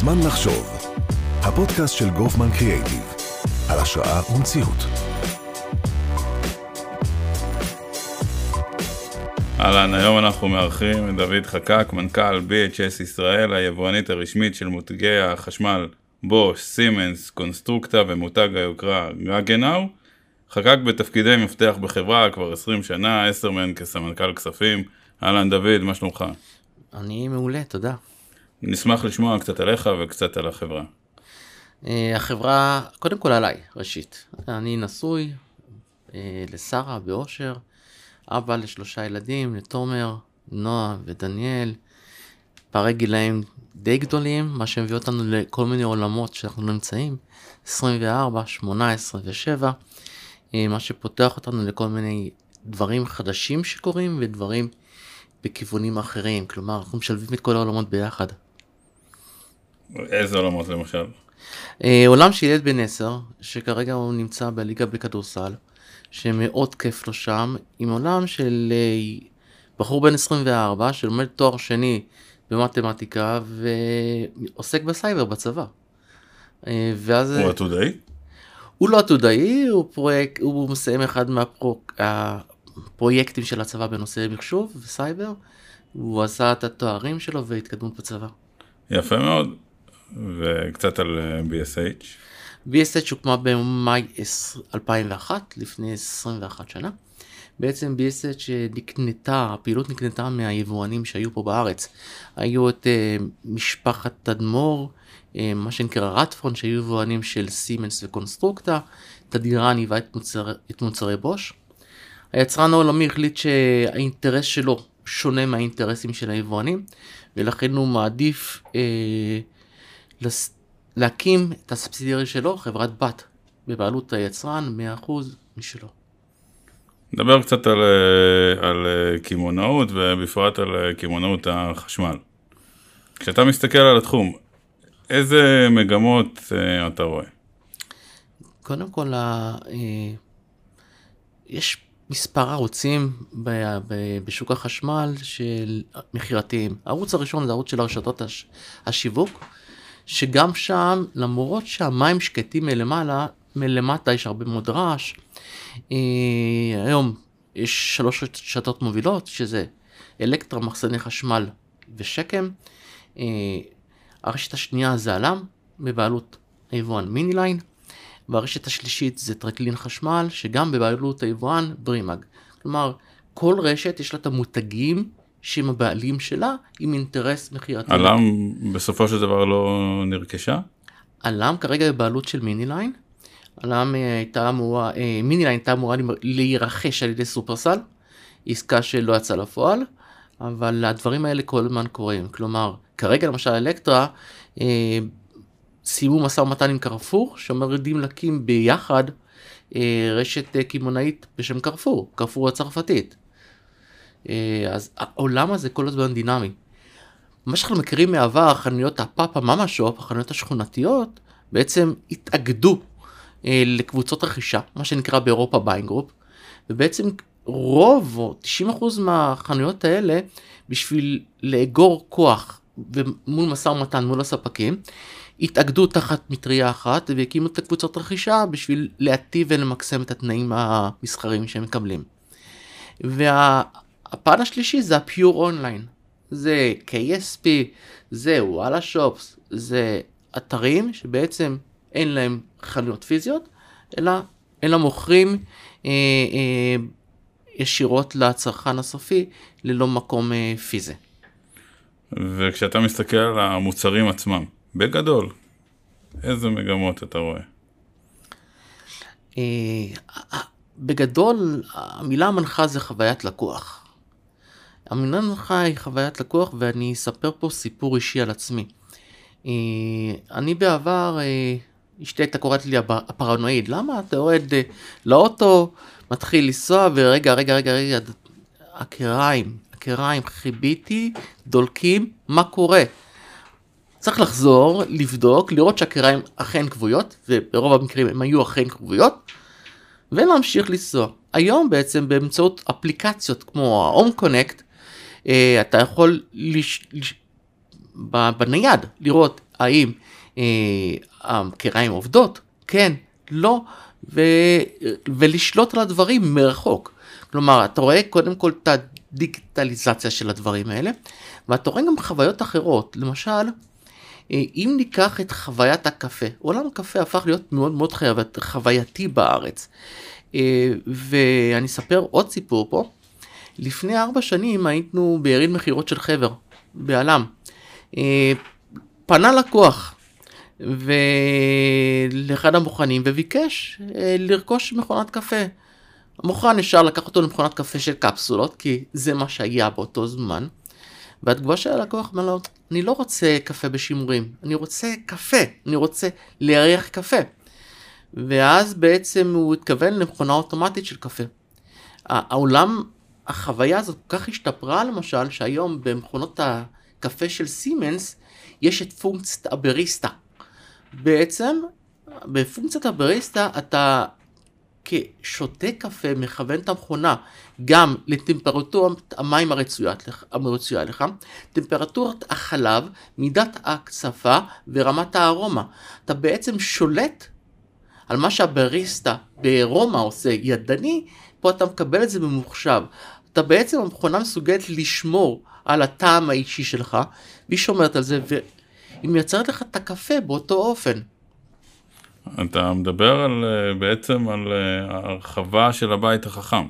זמן לחשוב, הפודקאסט של גופמן קריאייטיב, על השראה ומציאות. אהלן, היום אנחנו מארחים את דוד חקק, מנכ"ל BHS ישראל, היבואנית הרשמית של מותגי החשמל בוש, סימנס, קונסטרוקטה ומותג היוקרה גגנאו. חקק בתפקידי מפתח בחברה כבר 20 שנה, 10 מהן כסמנכ"ל כספים. אהלן דוד, מה שלומך? אני מעולה, תודה. נשמח לשמוע קצת עליך וקצת על החברה. החברה, קודם כל עליי, ראשית. אני נשוי לשרה באושר, אבא ל3 ילדים, לתומר, נועה ודניאל, פערי גילאים די גדולים, מה שמביא אותנו לכל מיני עולמות שאנחנו נמצאים, 24, 18 ו7, מה שפותח אותנו לכל מיני דברים חדשים שקורים ודברים בכיוונים אחרים, כלומר אנחנו משלבים את כל העולמות ביחד. איזה עולמות למשל? עולם של ילד בן 10, שכרגע הוא נמצא בליגה בכדורסל, שמאוד כיף לו שם, עם עולם של בחור בן 24, שלומד תואר שני במתמטיקה, ועוסק בסייבר בצבא. ואז הוא עתודאי? הוא לא עתודאי, הוא מסיים אחד מהפרויקטים של הצבא בנושא מחשוב וסייבר, הוא עשה את התוארים שלו והתקדמות בצבא. יפה מאוד. וקצת על BSH. BSH הוקמה במאי 2001, לפני 21 שנה. בעצם BSH נקנתה, הפעילות נקנתה מהיבואנים שהיו פה בארץ. היו את משפחת תדמור, מה שנקרא רטפון, שהיו יבואנים של סימנס וקונסטרוקטה. תדירה ניבה את מוצרי בוש. היצרן העולמי החליט שהאינטרס שלו שונה מהאינטרסים של היבואנים, ולכן הוא מעדיף להקים את הסובסידיארי שלו, חברת בת, בבעלות היצרן, 100% משלו. נדבר קצת על קימונאות, ובפרט על קימונאות החשמל. כשאתה מסתכל על התחום, איזה מגמות אתה רואה? קודם כל, יש מספר ערוצים בשוק החשמל של מחירתיים. הערוץ הראשון זה הערוץ של הרשתות השיווק, שגם שם, למרות שהמים שקטים מלמטה יש הרבה מאוד רעש. היום יש 3 רשתות מובילות, שזה אלקטרה, מחסני חשמל ושקם. הרשת השנייה זה אלם, בבעלות היבואן מיניליין, והרשת השלישית זה טרקלין חשמל, שגם בבעלות היבואן ברימאג. כלומר, כל רשת יש לה את המותגים שהם הבעלים שלה עם אינטרס מחירתי. אלם בסופו של דבר לא נרכשה? אלם כרגע בבעלות של מיניליין. אלם מיניליין הייתה אמורה להירכש על ידי סופרסל, עסקה שלא יצאה לפועל, אבל הדברים האלה כל הזמן קורים. כלומר, כרגע למשל אלקטרה, סיימו משא ומתן עם קרפור, שעומדים להקים ביחד רשת קימונאית בשם קרפור, קרפור הצרפתית. אז העולם הזה כל הזמן דינמי. מה שאנחנו מכירים מהעבר, חנויות הפאפה מאמה שופ, החנויות השכונתיות, בעצם התאגדו לקבוצות רכישה, מה שנקרא באירופה ביינג גרופ, ובעצם רוב או 90% מהחנויות האלה, בשביל לאגור כוח ומול משא ומתן מול הספקים, התאגדו תחת מטריה אחת והקימו את הקבוצות רכישה בשביל להטיב ולמקסם את התנאים המסחריים שהם מקבלים. והפן השלישי זה הפיור אונליין. זה KSP, זה וואלה שופס, זה אתרים שבעצם אין להם חנויות פיזיות, אלא מוכרים ישירות לצרכן הסופי ללא מקום פיזי. וכשאתה מסתכל על המוצרים עצמם, בגדול, איזה מגמות אתה רואה? בגדול, המילה המנחה זה חוויית לקוח. המילה המנחה היא חוויית לקוח, ואני אספר פה סיפור אישי על עצמי. אני בעבר, אשתי הייתה קוראת לי הפרנואיד. למה? אתה יורד לאוטו, מתחיל לנסוע, ורגע, הקריים, חיביתי, דולקים, מה קורה? צריך לחזור, לבדוק, לראות שהקריים אכן כבויות, וברוב המקרים הם היו אכן כבויות, ולהמשיך לנסוע. היום בעצם באמצעות אפליקציות כמו ה-Home Connect, אתה יכול בנייד לראות האם הקריים עובדות? כן, לא, ולשלוט על הדברים מרחוק. כלומר, אתה רואה קודם כל את הדיגיטליזציה של הדברים האלה, ואתה רואה גם חוויות אחרות. למשל, אם ניקח את חוויית הקפה, עולם הקפה הפך להיות מאוד מאוד חווייתי בארץ. ואני אספר עוד סיפור פה. לפני 4 שנים היינו ביריד מחירות של חבר, בעלם. פנה לקוח לאחד המוכנים וביקש לרכוש מכונת קפה. המוכן נשאר לקח אותו למכונת קפה של קפסולות, כי זה מה שהיה באותו זמן. והתגובה של הלקוח אמר לו, אני לא רוצה קפה בשימורים, אני רוצה קפה, אני רוצה להריח קפה. ואז בעצם הוא התכוון למכונה אוטומטית של קפה. העולם, החוויה הזאת כל כך השתפרה למשל, שהיום במכונות הקפה של סימנס, יש את פונקציית הבריסטה. בעצם, בפונקציית הבריסטה, אתה כשותה קפה מכוון את המכונה גם לטמפרטורת המים הרצויה לך, טמפרטורת החלב, מידת ההקצפה ורמת הארומה. אתה בעצם שולט על מה שהבריסטה ברומא עושה ידני, פה אתה מקבל את זה במוחשב. אתה בעצם, המכונה מסוגלת לשמור על הטעם האישי שלך, והיא שומרת על זה, והיא מייצרת לך את הקפה באותו אופן. אתה מדבר בעצם על הרחבה של הבית החכם.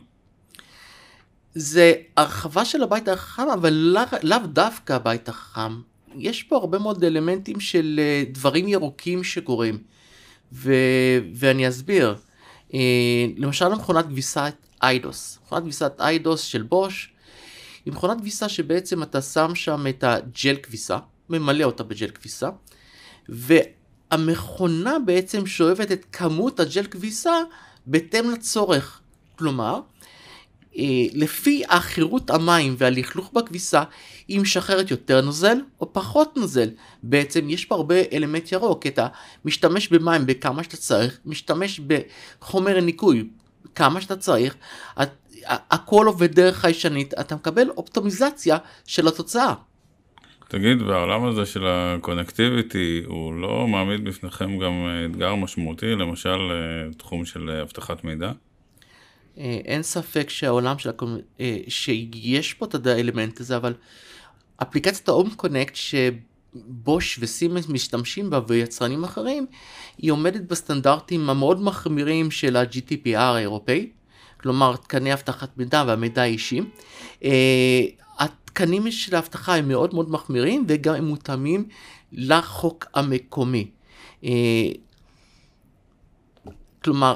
זה הרחבה של הבית החכם, אבל לאו דווקא הבית החכם. יש פה הרבה מאוד אלמנטים של דברים ירוקים שקורים. ואני אסביר. למשל המכונת כביסת איידוס. מכונת כביסת איידוס של בוש, היא מכונת כביסה שבעצם אתה שם שם את הג'ל כביסה, ממלא אותה בג'ל כביסה, והמכונה בעצם שואבת את כמות הג'ל כביסה בהתאם לצורך. כלומר, לפי האחירות המים והלכלוך בכביסה, היא משחררת יותר נוזל או פחות נוזל. בעצם יש פה הרבה אלמנט ירוק, אתה משתמש במים בכמה שאתה צריך, משתמש בחומר ניקוי כמה שאתה צריך, הכל עובד דרך חיישנית, אתה מקבל אופטימיזציה של התוצאה. תגיד, והעולם הזה של הקונקטיביטי, הוא לא מעמיד בפניכם גם אתגר משמעותי, למשל תחום של הבטחת מידע? אין ספק שהעולם שיש פה את האלמנט הזה, אבל אפליקציית ההום קונקט שבוש וסימנס משתמשים בה ויצרנים אחרים, היא עומדת בסטנדרטים המאוד מחמירים של ה-GDPR האירופאי, כלומר תקני הבטחת מידע והמידע האישי. התקנים של ההבטחה הם מאוד מאוד מחמירים, וגם הם מותאמים לחוק המקומי. כלומר,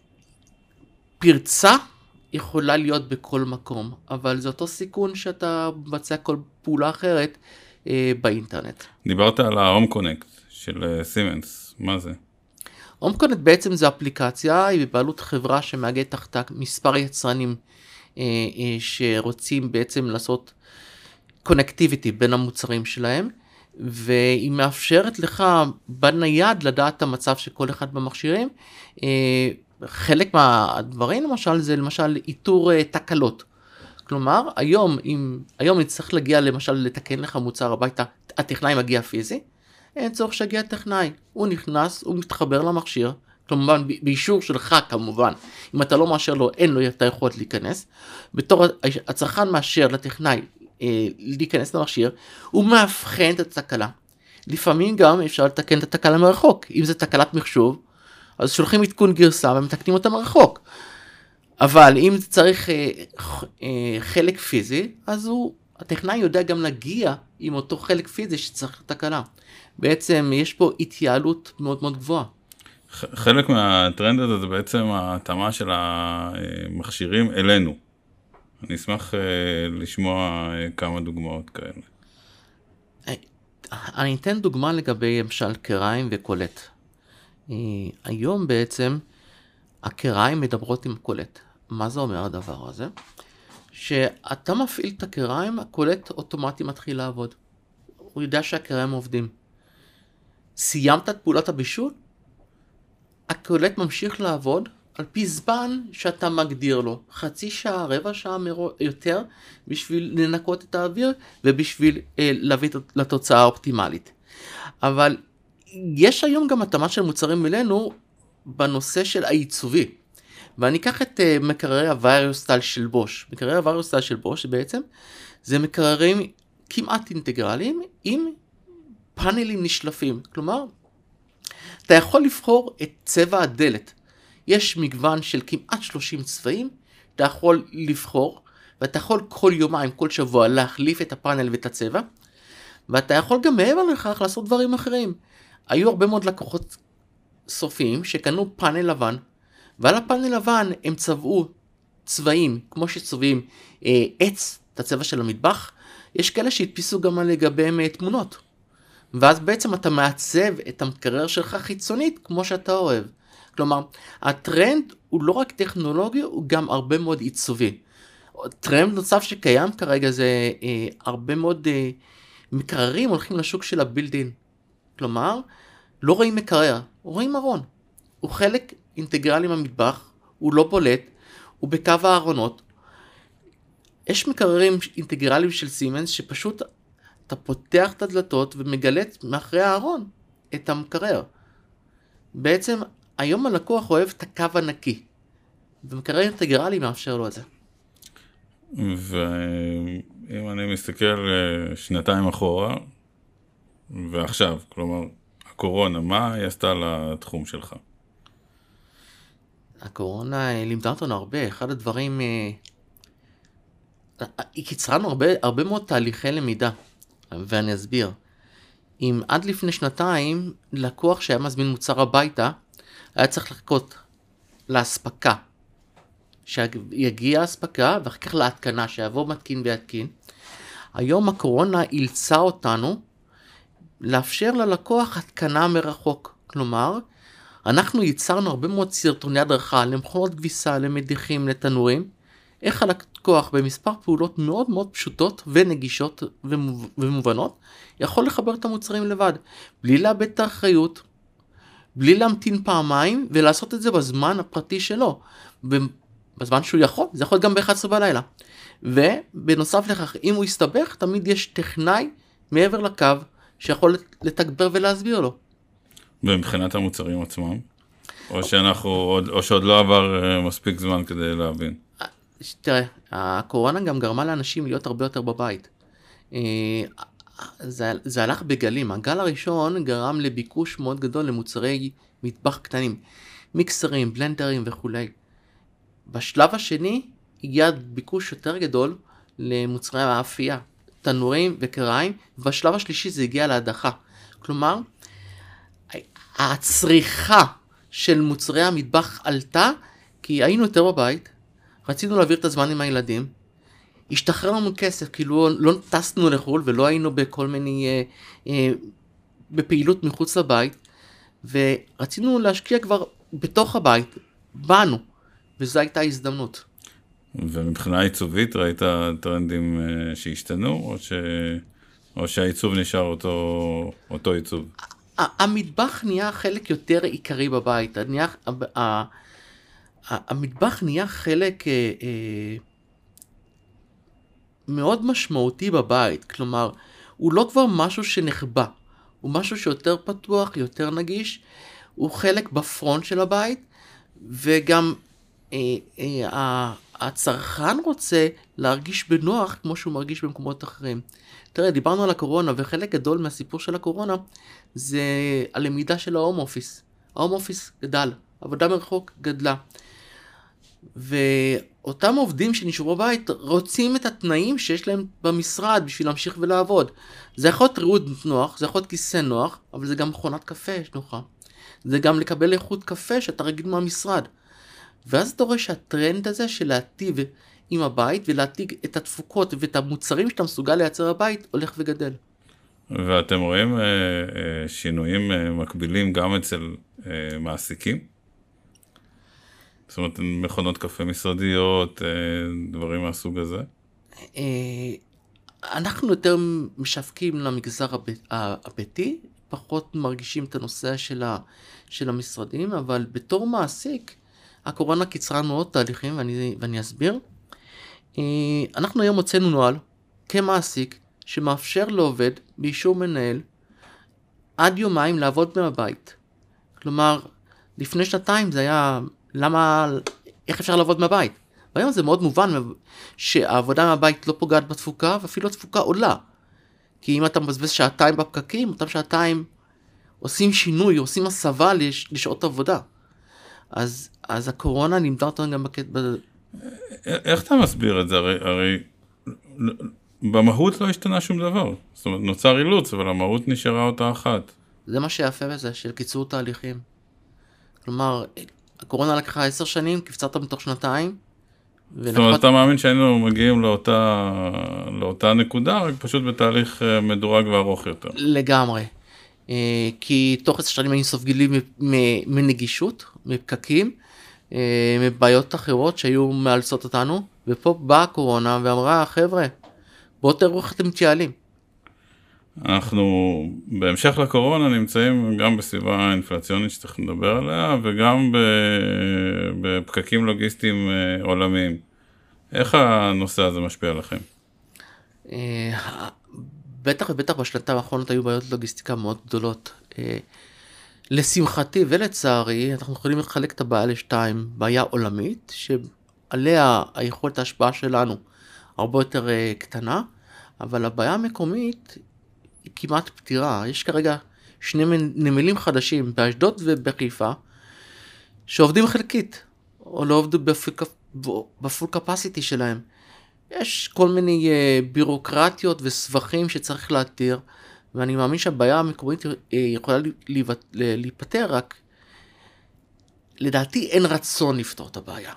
פרצה יכולה להיות בכל מקום, אבל זה אותו סיכון שאתה מבצע כל פעולה אחרת באינטרנט. דיברת על ההום קונקט של סימנס, מה זה? הום קונקט בעצם זה אפליקציה, היא בבעלות חברה שמאגדת תחתה מספר יצרנים שרוצים בעצם לעשות קונקטיביטי בין המוצרים שלהם, והיא מאפשרת לך בנייד לדעת את המצב של כל אחד במכשירים. חלק מהדברים למשל זה למשל איתור תקלות. כלומר, היום נצטרך להגיע למשל לתקן לך מוצר הביתה, הטכנאי מגיע פיזי, אין צורך שיגיע הטכנאי, הוא נכנס, הוא מתחבר למכשיר, כלומר באישור שלך כמובן, אם אתה לא מאשר לו, אין לו את היכולת להיכנס, בתור הצרכן מאשר לטכנאי להיכנס למכשיר, הוא מאבחן את התקלה. לפעמים גם אפשר לתקן את התקלה מרחוק, אם זה תקלת מחשוב, אז שולחים עדכון גרסה ומתקנים אותה מרחוק. אבל אם צריך חלק פיזי, אז הטכנאי יודע גם להגיע עם אותו חלק פיזי שצריך תקלה. בעצם יש פה התייעלות מאוד מאוד גבוהה. חלק מהטרנד הזה זה בעצם ההתאמה של המכשירים אלינו. אני אשמח לשמוע כמה דוגמאות כאלה. אני אתן דוגמה לגבי למשל קריים וקולט. היום בעצם הקריים מדברות עם קולט. מה זה אומר הדבר הזה? שאתה מפעיל את הקריים, הקולט אוטומטי מתחיל לעבוד. הוא יודע שהקריים עובדים. סיימת את פעולת הבישול? הקולט ממשיך לעבוד על פי זמן שאתה מגדיר לו. חצי שעה, רבע שעה יותר, בשביל לנקות את האוויר ובשביל להביא לתוצאה האופטימלית. אבל יש היום גם התאמה של מוצרים אלינו בנושא של העיצובי. ואני אקח את מקררי הווירוס-סטייל של בוש. מקררי הווירוס-סטייל של בוש בעצם זה מקררים כמעט אינטגרליים עם פאנלים נשלפים. כלומר, אתה יכול לבחור את צבע הדלת. יש מגוון של כמעט 30 צבעים, אתה יכול לבחור, ואתה יכול כל יומיים, כל שבוע להחליף את הפאנל ואת הצבע, ואתה יכול גם מעבר לכך לעשות דברים אחרים. היו הרבה מאוד לקוחות סופיים שקנו פאנל לבן, ועל הפאנל לבן הם צבעו צבעים, כמו שצובעים עץ, את הצבע של המטבח, יש כאלה שהדפיסו גם על לגביהם תמונות. ואז בעצם אתה מעצב את המקרר שלך חיצונית כמו שאתה אוהב. כלומר, הטרנד הוא לא רק טכנולוגי, הוא גם הרבה מאוד עיצובי. טרנד נוסף שקיים כרגע זה הרבה מאוד מקררים הולכים לשוק של הבילדין. כלומר, לא רואים מקרר, רואים ארון. הוא חלק אינטגרלי מהמטבח, הוא לא בולט, הוא בקו הארונות. יש מקררים אינטגרליים של סימנס שפשוט אתה פותח את הדלתות ומגלת מאחרי הארון את המקרר. בעצם היום הלקוח אוהב את הקו הנקי, ומקרר אינטגרלי מאפשר לו את זה. ואם אני מסתכל שנתיים אחורה, ועכשיו, כלומר, הקורונה, מה היא עשתה לתחום שלך? הקורונה לימדה אותנו הרבה, אחד הדברים, היא קיצרה לנו הרבה מאוד תהליכי למידה, ואני אסביר. אם עד לפני שנתיים, לקוח שהיה מזמין מוצר הביתה, היה צריך לחכות להספקה, שיגיע ההספקה, ואחר כך להתקנה, שיעבור מתקין ויתקין. היום הקורונה אילצה אותנו לאפשר ללקוח התקנה מרחוק. כלומר, אנחנו ייצרנו הרבה מאוד סרטוני הדרכה למכונות כביסה, למדיחים, לתנורים, איך הלקוח במספר פעולות מאוד מאוד פשוטות ונגישות ומובנות, יכול לחבר את המוצרים לבד, בלי לאבד את האחריות, בלי להמתין פעמיים, ולעשות את זה בזמן הפרטי שלו, בזמן שהוא יכול, זה יכול גם ב-11 בלילה. ובנוסף לכך, אם הוא יסתבך, תמיד יש טכנאי מעבר לקו, שיכול לתגבר ולהסביר לו. ומבחינת המוצרים עצמם? או שעוד לא עבר מספיק זמן כדי להבין? תראה, הקורונה גם גרמה לאנשים להיות הרבה יותר בבית. זה הלך בגלים. הגל הראשון גרם לביקוש מאוד גדול למוצרי מטבח קטנים, מיקסרים, בלנדרים וכו'. בשלב השני הגיע ביקוש יותר גדול למוצרי האפייה, תנורים וקריים, ובשלב השלישי זה הגיע להדחה. כלומר, הצריכה של מוצרי המטבח עלתה, כי היינו יותר בבית, רצינו להעביר את הזמן עם הילדים, השתחרר לנו כסף, כאילו לא טסנו לחול ולא היינו בכל מיני, בפעילות מחוץ לבית, ורצינו להשקיע כבר בתוך הבית, בנו, וזו הייתה הזדמנות. ומבחינה עיצובית ראית טרנדים שהשתנו, או שהעיצוב נשאר אותו עיצוב? המטבח נהיה חלק יותר עיקרי בבית, המטבח נהיה חלק מאוד משמעותי בבית, כלומר, הוא לא כבר משהו שנחבא, הוא משהו שיותר פתוח, יותר נגיש, הוא חלק בפרונט של הבית, וגם הצרכן רוצה להרגיש בנוח כמו שהוא מרגיש במקומות אחרים. תראה, דיברנו על הקורונה, וחלק גדול מהסיפור של הקורונה זה הלמידה של ההום אופיס. ההום אופיס גדל, עבודה מרחוק גדלה. ואותם עובדים שנשארו בבית רוצים את התנאים שיש להם במשרד בשביל להמשיך ולעבוד. זה יכול להיות ריהוט נוח, זה יכול להיות כיסא נוח, אבל זה גם מכונת קפה נוחה. זה גם לקבל איכות קפה שאתה רגיל מהמשרד. ואז אתה רואה שהטרנד הזה של להטיב עם הבית ולהטיג את התפוקות ואת המוצרים שאתה מסוגל לייצר בבית הולך וגדל. ואתם רואים שינויים מקבילים גם אצל מעסיקים? זאת אומרת, מכונות קפה משרדיות, דברים מהסוג הזה? אנחנו יותר משווקים למגזר הביתי, פחות מרגישים את הנושא של המשרדים, אבל בתור מעסיק, הקורונה קיצרה לנו עוד תהליכים, ואני אסביר. אנחנו היום הוצאנו נוהל כמעסיק, שמאפשר לעובד באישור מנהל, עד יומיים לעבוד מהבית. כלומר, לפני שנתיים זה היה, איך אפשר לעבוד מהבית? והיום זה מאוד מובן שהעבודה מהבית לא פוגעת בתפוקה, ואפילו התפוקה עולה. כי אם אתה מבזבז שעתיים בפקקים, אותם שעתיים עושים שינוי, עושים הסבה לשעות עבודה. אז הקורונה לימדה אותנו גם איך אתה מסביר את זה? הרי במהות לא השתנה שום דבר. זאת אומרת, נוצר אילוץ, אבל המהות נשארה אותה אחת. זה מה שיפה בזה, של קיצור תהליכים. כלומר, הקורונה לקחה 10 שנים, קפצת מתוך שנתיים. זאת אומרת, אתה מאמין שהיינו מגיעים לאותה נקודה, רק פשוט בתהליך מדורג וארוך יותר. לגמרי. כי תוך 10 שנים היינו סופגלים מנגישות, מפקקים, מבעיות אחרות שהיו מאלצות אותנו, ופה באה הקורונה ואמרה, חבר'ה, בואו תראו איך אתם מתייעלים. אנחנו בהמשך לקורונה נמצאים גם בסביבה אינפלציונית שצריך לדבר עליה, וגם בפקקים לוגיסטיים עולמיים. איך הנושא הזה משפיע עליכם? בטח ובטח בשנתיים האחרונות היו בעיות לוגיסטיקה מאוד גדולות. לשמחתי ולצערי, אנחנו יכולים לחלק את הבעיה לשתיים, בעיה עולמית, שעליה היכולת ההשפעה שלנו הרבה יותר קטנה, אבל הבעיה המקומית היא כמעט פתירה. יש כרגע 2 נמלים חדשים באשדוד ובחיפה, שעובדים חלקית, או לא עובדו בפול קפסיטי שלהם. יש כל מיני בירוקרטיות וסבכים שצריך להתיר, ואני מאמין שהבעיה המקומית יכולה להיפטר, רק לדעתי אין רצון לפתור את הבעיה.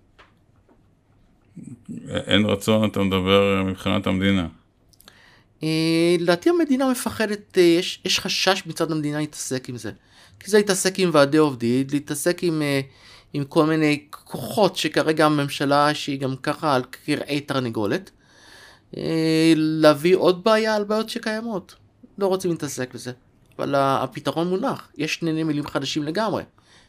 אין רצון, אתה מדבר מבחינת המדינה. לדעתי המדינה מפחדת, יש חשש מצד המדינה להתעסק עם זה. כי זה להתעסק עם ועדי עובדים, להתעסק עם כל מיני כוחות שכרגע הממשלה שהיא גם ככה על קרעי תרנגולת, להביא עוד בעיה על בעיות שקיימות. לא רוצים להתעסק בזה, אבל הפתרון מונח. יש 2 נמלים חדשים לגמרי.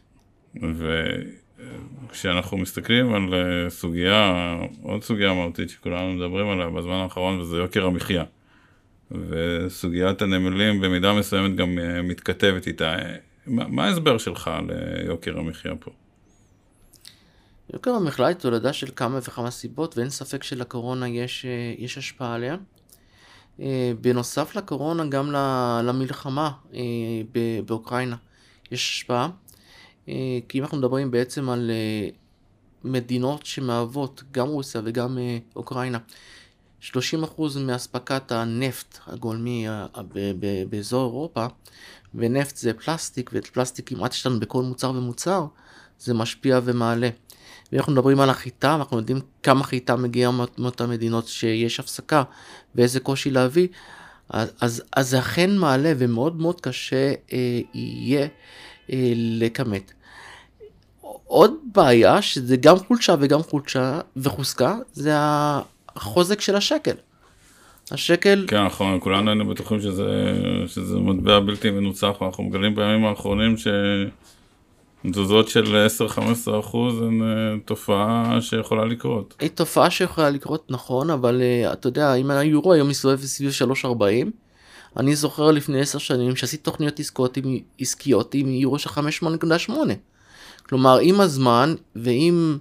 וכשאנחנו מסתכלים על עוד סוגיה מהותית שכולנו מדברים עליה בזמן האחרון, וזה יוקר המחיה. וסוגיית הנמלים במידה מסוימת גם מתכתבת איתה. מה ההסבר שלך ליוקר המחיה פה? יוקר המחיה היא תולדה של כמה וכמה סיבות, ואין ספק שלקורונה יש השפעה עליה. בנוסף לקורונה, גם למלחמה באוקראינה יש השפעה. כי אם אנחנו מדברים בעצם על מדינות שמהוות, גם רוסיה וגם אוקראינה, 30% מהספקת הנפט הגולמי באזור אירופה, ונפט זה פלסטיק, ופלסטיק כמעט יש לנו בכל מוצר ומוצר, זה משפיע ומעלה. ואנחנו מדברים על החיטה, אנחנו יודעים כמה חיטה מגיעה מאותן מדינות שיש הפסקה, ואיזה קושי להביא, אז זה אכן מעלה, ומאוד מאוד קשה יהיה לכמת. עוד בעיה, שזה גם חולשה וגם וחוזקה, זה החוזק של השקל. השקל... כן, נכון, כולנו היינו בטוחים שזה מטבע בלתי מנוצח, ואנחנו מגלים בימים האחרונים שתזוזות של 10-15% הן תופעה שיכולה לקרות. היא תופעה שיכולה לקרות, נכון, אבל אתה יודע, אם היורו היום מסתובב סביב 3.40, אני זוכר לפני 10 שנים שעשיתי תוכניות עסקיות עם יורו של 5.8. כלומר, עם הזמן ועם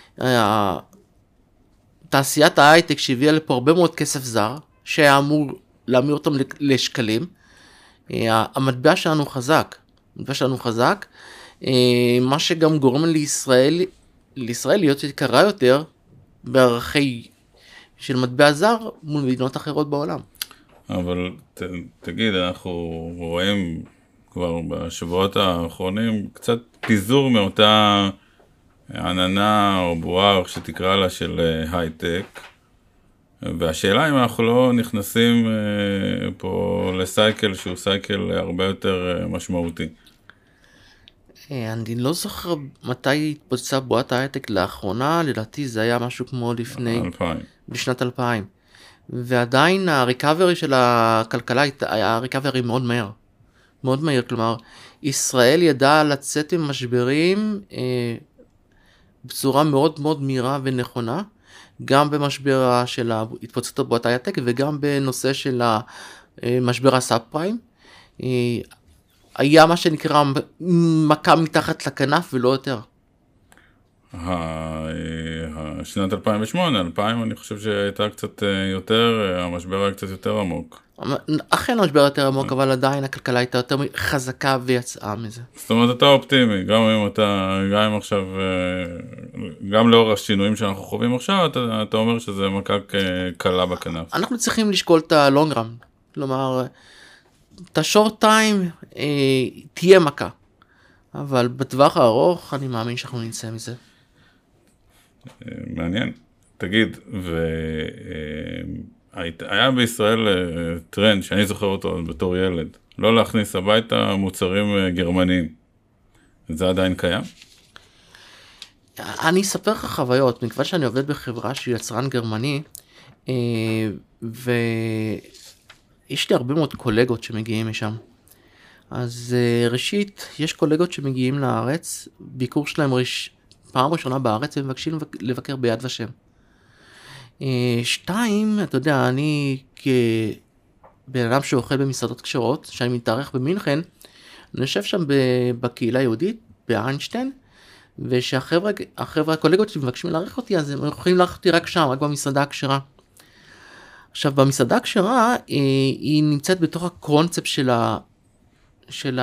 תעשיית ההייטק שהביאה לפה הרבה מאוד כסף זר, שהיה אמור להמיר אותם לשקלים, המטבע שלנו חזק, מה שגם גורם לישראל להיות יקרה יותר בערכי של מטבע זר מול מדינות אחרות בעולם. אבל תגיד, אנחנו רואים כבר בשבועות האחרונים קצת פיזור מאותה עננה או בועה, איך שתקרא לה, של הייטק, והשאלה אם אנחנו לא נכנסים פה לסייקל שהוא סייקל הרבה יותר משמעותי. אני לא זוכר מתי התפוצצה בועת ההייטק לאחרונה, לדעתי זה היה משהו כמו בשנת 2000. ועדיין הריקאברי של הכלכלה היה ריקאברי מאוד מהיר. מאוד מהיר, כלומר, ישראל ידעה לצאת עם משברים בצורה מאוד מאוד מהירה ונכונה, גם במשבר של התפוצצות בועת ההייטק וגם בנושא של משבר הסאב פריים. היה מה שנקרא מכה מתחת לכנף ולא יותר. שנת 2008, 2000 אני חושב שהייתה קצת יותר, המשבר היה קצת יותר עמוק. אכן המשבר יותר עמוק, אבל עדיין הכלכלה הייתה יותר חזקה ויצאה מזה. זאת אומרת, אתה אופטימי, גם אם עכשיו, גם לאור השינויים שאנחנו חווים עכשיו, אתה אומר שזה מכה קלה בכנף. אנחנו צריכים לשקול את הלונגרם, כלומר, את השורט טיים תהיה מכה, אבל בטווח הארוך אני מאמין שאנחנו נמצא מזה. מעניין. תגיד, היה בישראל טרנד שאני זוכר אותו בתור ילד, לא להכניס הביתה מוצרים גרמניים. זה עדיין קיים? אני אספר לך חוויות, מכיוון שאני עובד בחברה שהיא יצרן גרמני, ויש לי הרבה מאוד קולגות שמגיעים משם. אז ראשית, יש קולגות שמגיעים לארץ, ביקור שלהם פעם ראשונה בארץ, ומבקשים לבקר ביד ושם. 2, אתה יודע, אני כבן אדם שאוכל במסעדות כשרות, שאני מתארח במינכן, אני יושב שם בקהילה היהודית, באיינשטיין, ושהחבר'ה, הקולגות שמבקשים להאריך אותי, אז הם יכולים להאריך אותי רק שם, רק במסעדה הכשרה. עכשיו, במסעדה הכשרה, היא נמצאת בתוך הקונספט של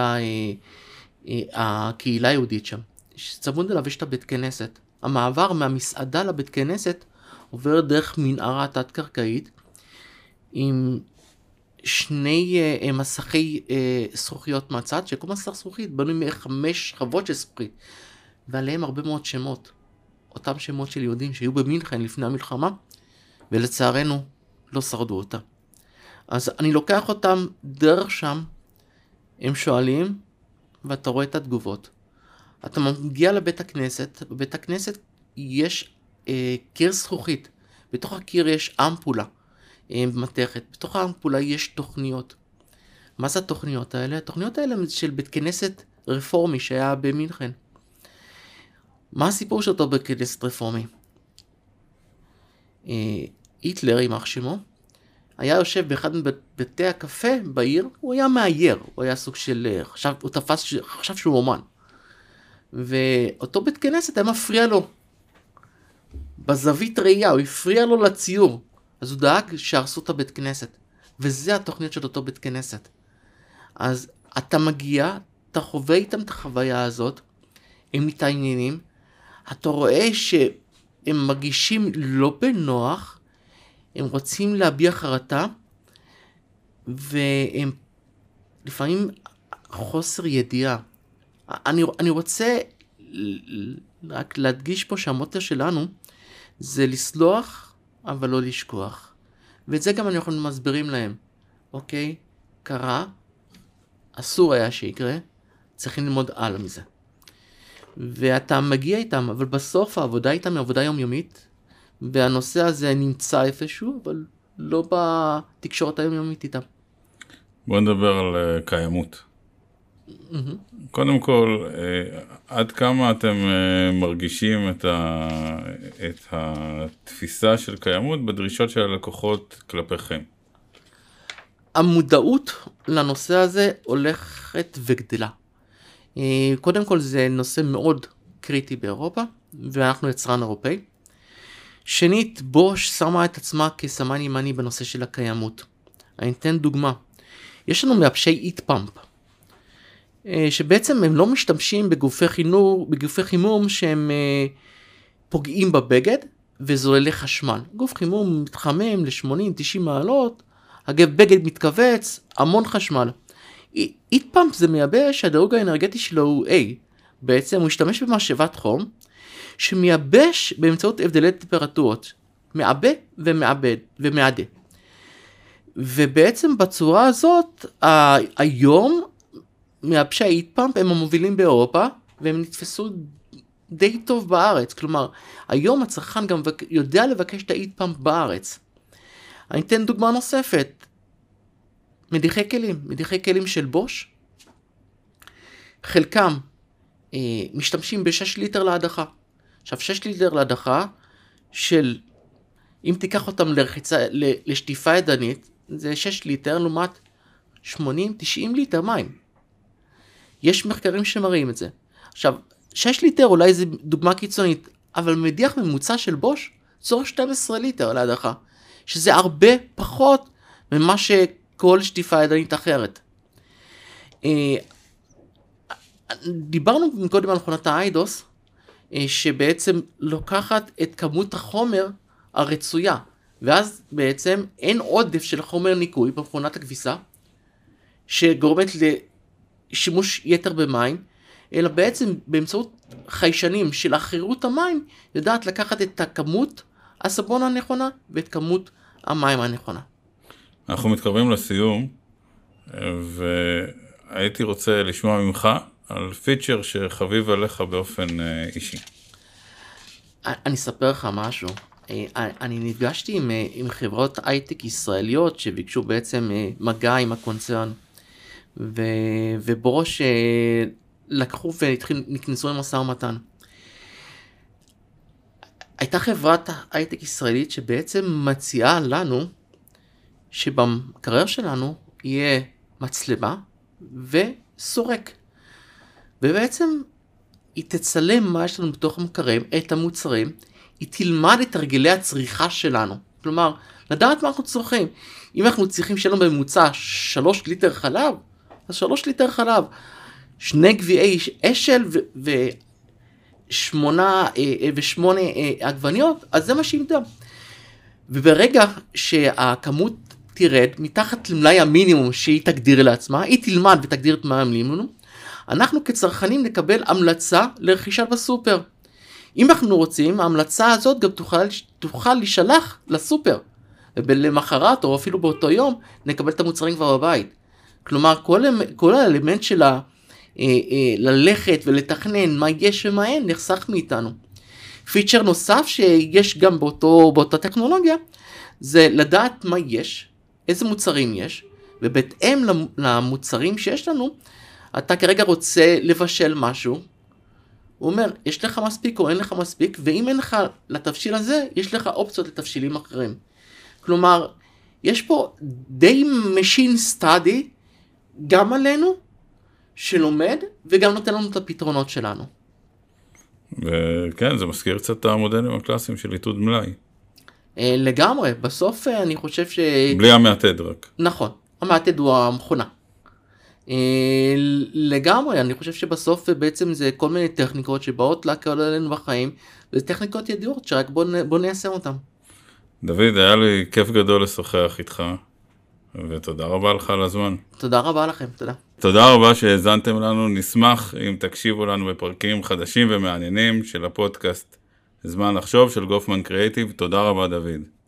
הקהילה היהודית שם. צמוד אליו יש את הבית כנסת. המעבר מהמסעדה לבית כנסת עובר דרך מנהרה תת-קרקעית, עם 2 מסכי זכוכיות מהצד, שכל מסך זכוכית בנוי מ5 שכבות של זכוכית, ועליהם הרבה מאוד שמות, אותם שמות של יהודים שהיו במינכן לפני המלחמה, ולצערנו לא שרדו אותה. אז אני לוקח אותם דרך שם, הם שואלים, ואתה רואה את התגובות. אתה מגיע לבית הכנסת, בבית הכנסת יש קיר זכוכית, בתוך הקיר יש אמפולה מתכת, בתוך האמפולה יש תוכניות. מה זה התוכניות האלה? התוכניות האלה של בית כנסת רפורמי שהיה במינכן. מה הסיפור של אותו בית כנסת רפורמי? היטלר, יימח שמו, היה יושב באחד מבתי הקפה בעיר, הוא היה מאייר, הוא היה סוג של, חשב שהוא אומן. ואותו בית כנסת היה מפריע לו, בזווית ראייה, הוא הפריע לו לציור, אז הוא דאג שהרסו את הבית כנסת, וזה התוכניות של אותו בית כנסת. אז אתה מגיע, אתה חווה איתם את החוויה הזאת, הם מתעניינים, אתה רואה שהם מרגישים לא בנוח, הם רוצים להביע חרטה, והם לפעמים חוסר ידיעה. אני רוצה רק להדגיש פה שהמוטו שלנו זה לסלוח אבל לא לשכוח. ואת זה גם אנחנו מסבירים להם. אוקיי? קרה, אסור היה שיקרה, צריכים ללמוד הלאה מזה. ואתה מגיע איתם, אבל בסוף העבודה איתם היא עבודה יומיומית, והנושא הזה נמצא איפשהו, אבל לא בתקשורת היומיומית איתם. בוא נדבר על קיימות. קודם כל, עד כמה אתם מרגישים את התפיסה של קיימות בדרישות של הלקוחות כלפיכם? המודעות לנושא הזה הולכת וגדלה. קודם כל זה נושא מאוד קריטי באירופה, ואנחנו יצרן אירופאי. שנית, בוש שמה את עצמה כסמן ימני בנושא של הקיימות. אני אתן דוגמה. יש לנו מייבשי היט פאמפ, שבעצם הם לא משתמשים בגופי חימום שהם פוגעים בבגד וזוללי חשמל. גוף חימום מתחמם ל-80-90 מעלות, אגב בגד מתכווץ, המון חשמל. היט פאמפ זה מייבש שהדירוג האנרגטי שלו הוא A. בעצם הוא השתמש במשאבת חום שמייבש באמצעות הבדלי טמפרטורות, מעבה ומעדה. ובעצם בצורה הזאת היום מייבשי ההיט פאמפ הם המובילים באירופה, והם נתפסו די טוב בארץ. כלומר, היום הצרכן גם יודע לבקש את ההיט פאמפ בארץ. אני אתן דוגמה נוספת. מדיחי כלים של בוש. חלקם משתמשים ב6 ליטר להדחה. עכשיו 6 ליטר להדחה של, אם תיקח אותם לשטיפה ידנית, זה 6 ליטר לעומת 80-90 ליטר מים. יש מחקרים שמראים את זה. עכשיו, 6 ליטר אולי זה דוגמה קיצונית, אבל מדיח ממוצע של בוש צורך 12 ליטר להדחה, שזה הרבה פחות ממה שכל שטיפה ידנית אחרת. דיברנו מקודם על מכונת האיידוס, שבעצם לוקחת את כמות החומר הרצויה, ואז בעצם אין עודף של חומר ניקוי במכונת הכביסה, שגורמת לשימוש יתר במים, אלא בעצם באמצעות חיישנים של אחרות המים, יודעת לקחת את הכמות הסבון הנכונה, ואת כמות המים הנכונה. אנחנו מתקרבים לסיום, והייתי רוצה לשמוע ממך על פיצ'ר שחביב עליך באופן אישי. אני אספר לך משהו. אני נפגשתי עם חברות הייטק ישראליות שביקשו בעצם מגע עם הקונצרן, ובראש לקחו ונכנסו למשא ומתן. הייתה חברת הייטק ישראלית שבעצם מציעה לנו שבקריירה שלנו יהיה מצלמה וסורק. ובעצם היא תצלם מה יש לנו בתוך המקררים, את המוצרים, היא תלמד את הרגלי הצריכה שלנו. כלומר, לדעת מה אנחנו צורכים. אם אנחנו צריכים שיהיה לנו בממוצע 3 ליטר חלב, אז 3 ליטר חלב, 2 גביעי אשל ו8 עגבניות, אז זה מה שימדע. וברגע שהכמות תרד מתחת למלאי המינימום שהיא תגדיר לעצמה, היא תלמד ותגדיר את מה המינימום, אנחנו כצרכנים נקבל המלצה לרכישה בסופר. אם אנחנו רוצים, ההמלצה הזאת גם תוכל להישלח לסופר, ולמחרת או אפילו באותו יום נקבל את המוצרים כבר בבית. כלומר, כל האלמנט של ללכת ולתכנן מה יש ומה אין נחסך מאיתנו. פיצ'ר נוסף שיש גם באותה טכנולוגיה, זה לדעת מה יש, איזה מוצרים יש, ובהתאם למוצרים שיש לנו, אתה כרגע רוצה לבשל משהו, הוא אומר, יש לך מספיק או אין לך מספיק, ואם אין לך לתבשיל הזה, יש לך אופציות לתבשילים אחרים. כלומר, יש פה די machine study, גם עלינו, שלומד, וגם נותן לנו את הפתרונות שלנו. וכן, זה מזכיר קצת את המודלים הקלאסיים של עיתוד מלאי. לגמרי, בסוף אני חושב בלי המעטד רק. נכון, המעטד הוא המכונה. לגמרי, אני חושב שבסוף בעצם זה כל מיני טכניקות שבאות להקל עלינו בחיים, וזה טכניקות ידועות שרק בוא ניישם אותן. דוד, היה לי כיף גדול לשוחח איתך, ותודה רבה לך על הזמן. תודה רבה לכם, תודה. תודה רבה שהאזנתם לנו, נשמח אם תקשיבו לנו בפרקים חדשים ומעניינים של הפודקאסט זמן לחשוב של גופמן קריאייטיב. תודה רבה דוד.